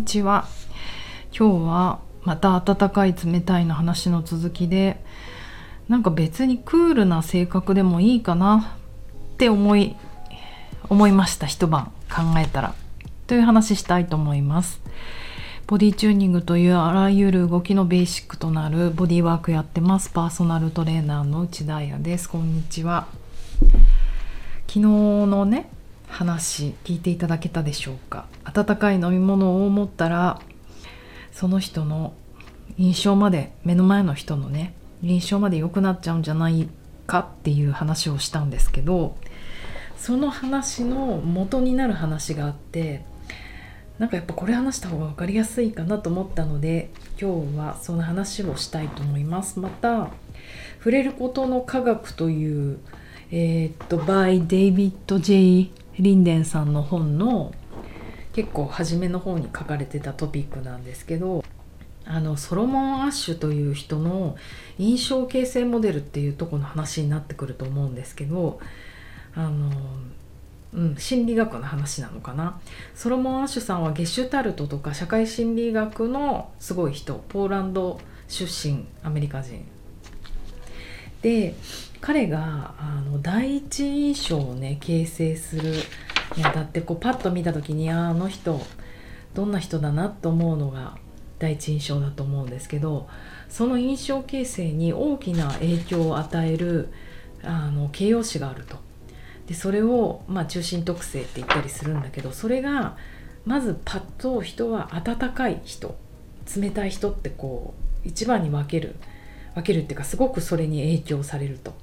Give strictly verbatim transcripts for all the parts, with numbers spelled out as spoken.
ちは。今日はまた温かい冷たいの話の続きで、なんか別にクールな性格でもいいかなって思い思いました。一晩考えたらという話したいと思います。ボディチューニングというあらゆる動きのベーシックとなるボディワークやってます。パーソナルトレーナーの内田彩です。こんにちは。昨日のね話聞いていただけたでしょうか。温かい飲み物を持ったらその人の印象まで、目の前の人のね印象まで良くなっちゃうんじゃないかっていう話をしたんですけど、その話の元になる話があって、なんかやっぱこれ話した方が分かりやすいかなと思ったので、今日はその話をしたいと思います。また触れることの科学というえー、っとバイデイビッド・ジェイ・リンデンさんの本の結構初めの方に書かれてたトピックなんですけど、あのソロモン・アッシュという人の印象形成モデルっていうところの話になってくると思うんですけど、あの、うん、心理学の話なのかな。ソロモン・アッシュさんはゲシュタルトとか社会心理学のすごい人、ポーランド出身アメリカ人で、彼があの第一印象をね形成するにあたって、こうパッと見た時に あ, あの人どんな人だなと思うのが第一印象だと思うんですけど、その印象形成に大きな影響を与えるあの形容詞があると。でそれを、まあ、中心特性って言ったりするんだけど、それがまずパッと人は温かい人、冷たい人ってこう一番に分ける分けるっていうか、すごくそれに影響されると。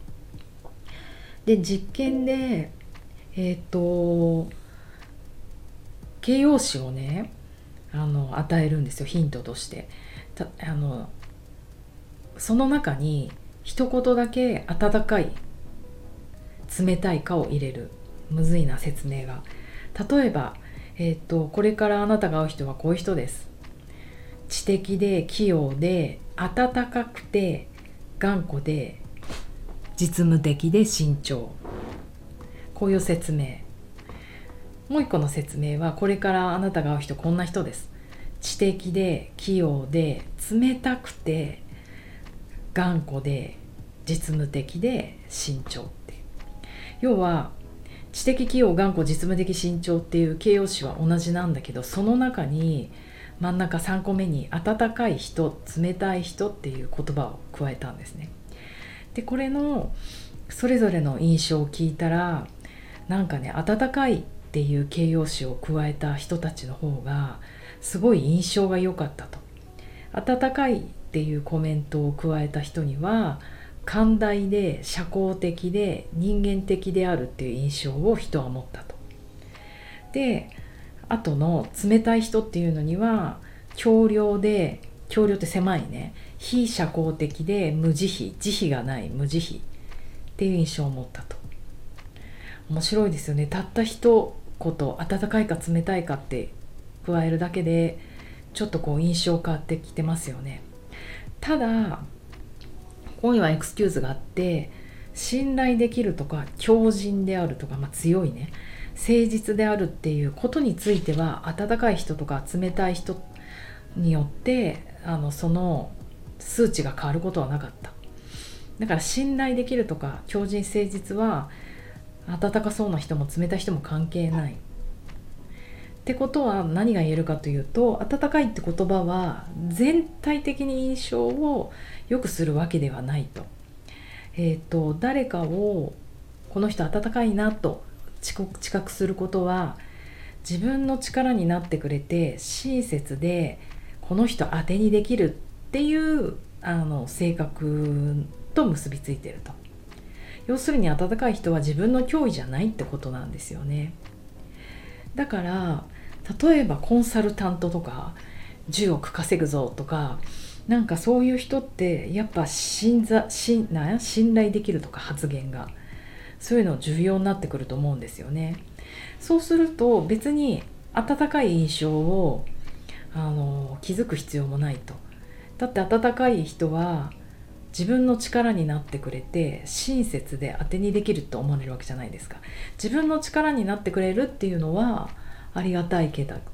で実験でえっ、ー、と形容詞をねあの与えるんですよ、ヒントとして。たあのその中に一言だけ温かい冷たいかを入れる。むずいな説明が。例えば、えー、とこれからあなたが会う人はこういう人です。知的で器用で温かくて頑固で実務的で慎重。こういう説明。もう一個の説明は、これからあなたが会う人こんな人です。知的で器用で冷たくて頑固で実務的で慎重って。要は知的器用頑固実務的慎重っていう形容詞は同じなんだけど、その中に真ん中さんこめに温かい人冷たい人っていう言葉を加えたんですね。でこれのそれぞれの印象を聞いたら、なんかね温かいっていう形容詞を加えた人たちの方がすごい印象が良かったと。温かいっていうコメントを加えた人には寛大で社交的で人間的であるっていう印象を人は持ったと。であとの冷たい人っていうのには強量で、強量って狭いね、非社交的で無慈悲、慈悲がない無慈悲っていう印象を持ったと。面白いですよね。たった一言温かいか冷たいかって加えるだけでちょっとこう印象変わってきてますよね。ただここにはエクスキューズがあって、信頼できるとか強靭であるとか、まあ、強いね誠実であるっていうことについては、温かい人とか冷たい人によってあのその数値が変わることはなかった。だから信頼できるとか強靭誠実は温かそうな人も冷たい人も関係ないってことは、何が言えるかというと、温かいって言葉は全体的に印象を良くするわけではないと。えーと、誰かをこの人温かいなと知覚することは、自分の力になってくれて親切でこの人当てにできるっていうあの性格と結びついていると。要するに温かい人は自分の脅威じゃないってことなんですよね。だから例えばコンサルタントとかじゅうおく稼ぐぞとか、なんかそういう人ってやっぱ信ざ信な信頼できるとか、発言がそういうの重要になってくると思うんですよね。そうすると別に温かい印象をあの気づく必要もないと。だって温かい人は自分の力になってくれて親切で当てにできると思われるわけじゃないですか。自分の力になってくれるっていうのはありがたいけ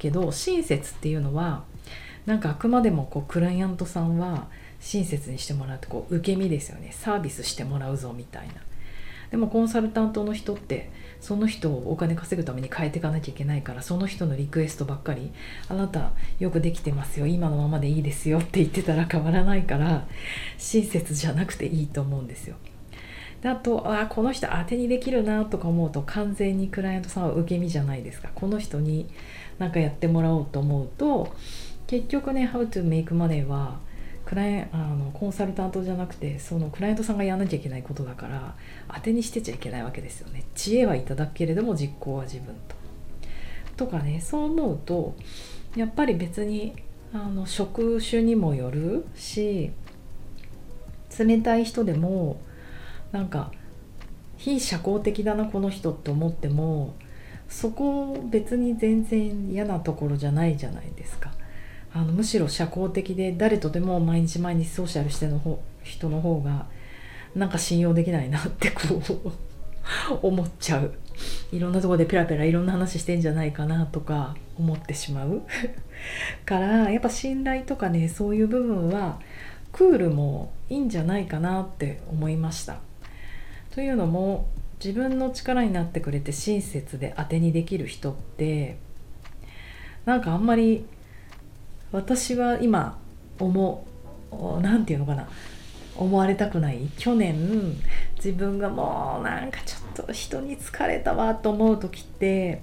けど、親切っていうのはなんかあくまでもこうクライアントさんは親切にしてもらうとこう受け身ですよね。サービスしてもらうぞみたいな。でもコンサルタントの人ってその人をお金稼ぐために変えていかなきゃいけないから、その人のリクエストばっかり、あなたよくできてますよ、今のままでいいですよって言ってたら変わらないから、親切じゃなくていいと思うんですよ。であと、あこの人当てにできるなとか思うと、完全にクライアントさんは受け身じゃないですか。この人に何かやってもらおうと思うと、結局ね How to make money はクライあのコンサルタントじゃなくて、そのクライアントさんがやらなきゃいけないことだから、当てにしてちゃいけないわけですよね。知恵はいただくけれども実行は自分ととかね。そう思うとやっぱり別にあの職種にもよるし、冷たい人でもなんか非社交的だなこの人って思っても、そこ別に全然嫌なところじゃないじゃないですか。あのむしろ社交的で誰とでも毎日毎日ソーシャルしての方人の方がなんか信用できないなってこう思っちゃう。いろんなところでペラペラいろんな話してんじゃないかなとか思ってしまうから、やっぱ信頼とかね、そういう部分はクールもいいんじゃないかなって思いました。というのも、自分の力になってくれて親切で当てにできる人ってなんかあんまり、私は今思う、なんていうのかな、思われたくない。去年自分がもうなんかちょっと人に疲れたわと思う時って、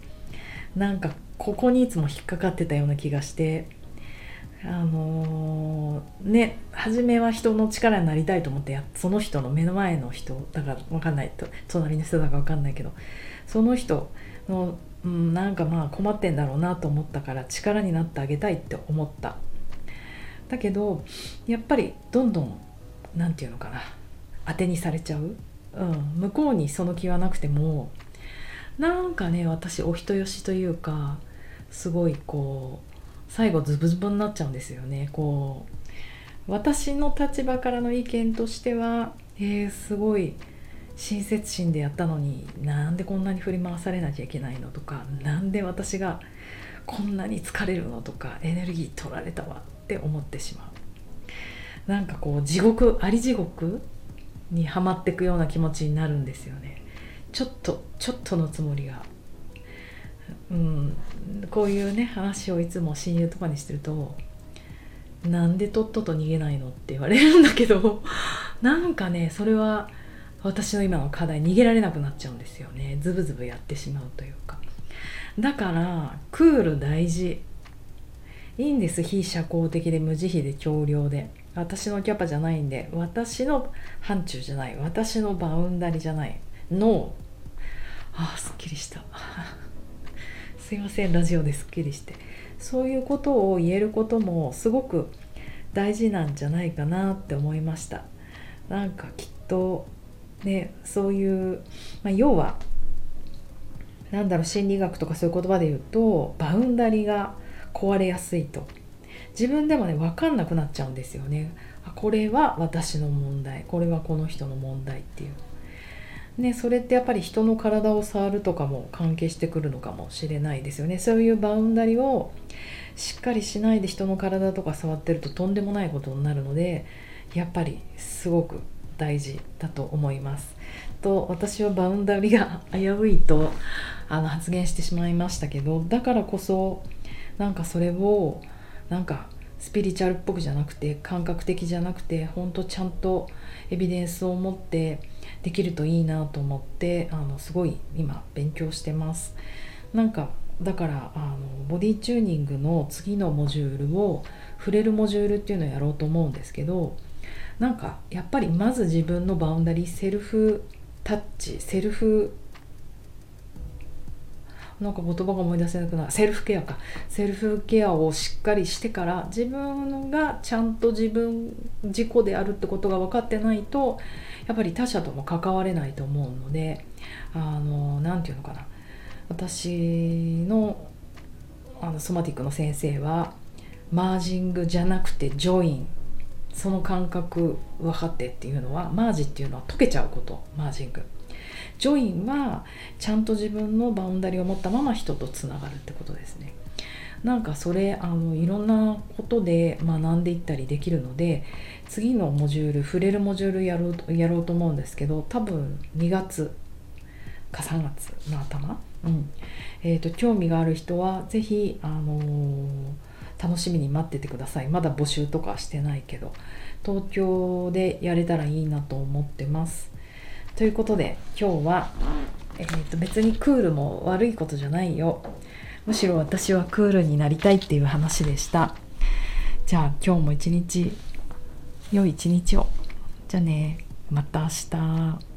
なんかここにいつも引っかかってたような気がして、あのー、ね初めは人の力になりたいと思ってや、その人の目の前の人だから分かんないと、隣の人だか分かんないけど、その人の、うん、なんかまあ困ってんだろうなと思ったから力になってあげたいって思った。だけどやっぱりどんどんなんていうのかな、当てにされちゃう、うん、向こうにその気はなくても、なんかね私お人よしというか、すごいこう最後ズブズブになっちゃうんですよね。こう私の立場からの意見としては、えー、すごい親切心でやったのになんでこんなに振り回されなきゃいけないのとか、なんで私がこんなに疲れるのとか、エネルギー取られたわって思ってしまう。なんかこう地獄、あり地獄にはまっていくような気持ちになるんですよね。ちょっとちょっとのつもりが、うん、こういうね話をいつも親友とかにしてると、なんでとっとと逃げないのって言われるんだけどなんかねそれは私の今の課題、逃げられなくなっちゃうんですよね。ズブズブやってしまうというか。だからクール大事、いいんです。非社交的で無慈悲で強量で、私のキャパじゃないんで、私の範疇じゃない、私のバウンダリじゃないの、あーすっきりしたすいません、ラジオですっきりして、そういうことを言えることもすごく大事なんじゃないかなって思いました。なんかきっとね、そういう、まあ、要はなんだろう、心理学とかそういう言葉で言うと、バウンダリが壊れやすいと、自分でもね分かんなくなっちゃうんですよね。あ、これは私の問題、これはこの人の問題っていうね。それってやっぱり人の体を触るとかも関係してくるのかもしれないですよね。そういうバウンダリをしっかりしないで人の体とか触ってるととんでもないことになるので、やっぱりすごく大事だと思いますと、私はバウンダリが危ういとあの発言してしまいましたけど、だからこそなんかそれをなんかスピリチュアルっぽくじゃなくて、感覚的じゃなくて、本当ちゃんとエビデンスを持ってできるといいなと思って、あのすごい今勉強してます。なんかだからあのボディチューニングの次のモジュールを触れるモジュールっていうのをやろうと思うんですけど、なんかやっぱりまず自分のバウンダリー、セルフタッチ、セルフなんか言葉が思い出せなくなる、セルフケアか、セルフケアをしっかりしてから、自分がちゃんと自分自己であるってことが分かってないと、やっぱり他者とも関われないと思うので、あのなんていうのかな、私のあのソマティックの先生はマージングじゃなくてジョイン、その感覚分かってっていうのは、マージっていうのは溶けちゃうこと、マージング、ジョインはちゃんと自分のバウンダリを持ったまま人とつながるってことですね。 なんかそれあのいろんなことで学んでいったりできるので、次のモジュール触れるモジュールやろうとやろうと思うんですけど、多分にがつかさんがつの頭、うんえー、と興味がある人はぜひ、あのー楽しみに待っててください。まだ募集とかしてないけど、東京でやれたらいいなと思ってます。ということで今日は、えー、と別にクールも悪いことじゃないよ、むしろ私はクールになりたいっていう話でした。じゃあ今日も一日良い一日を。じゃあね、また明日。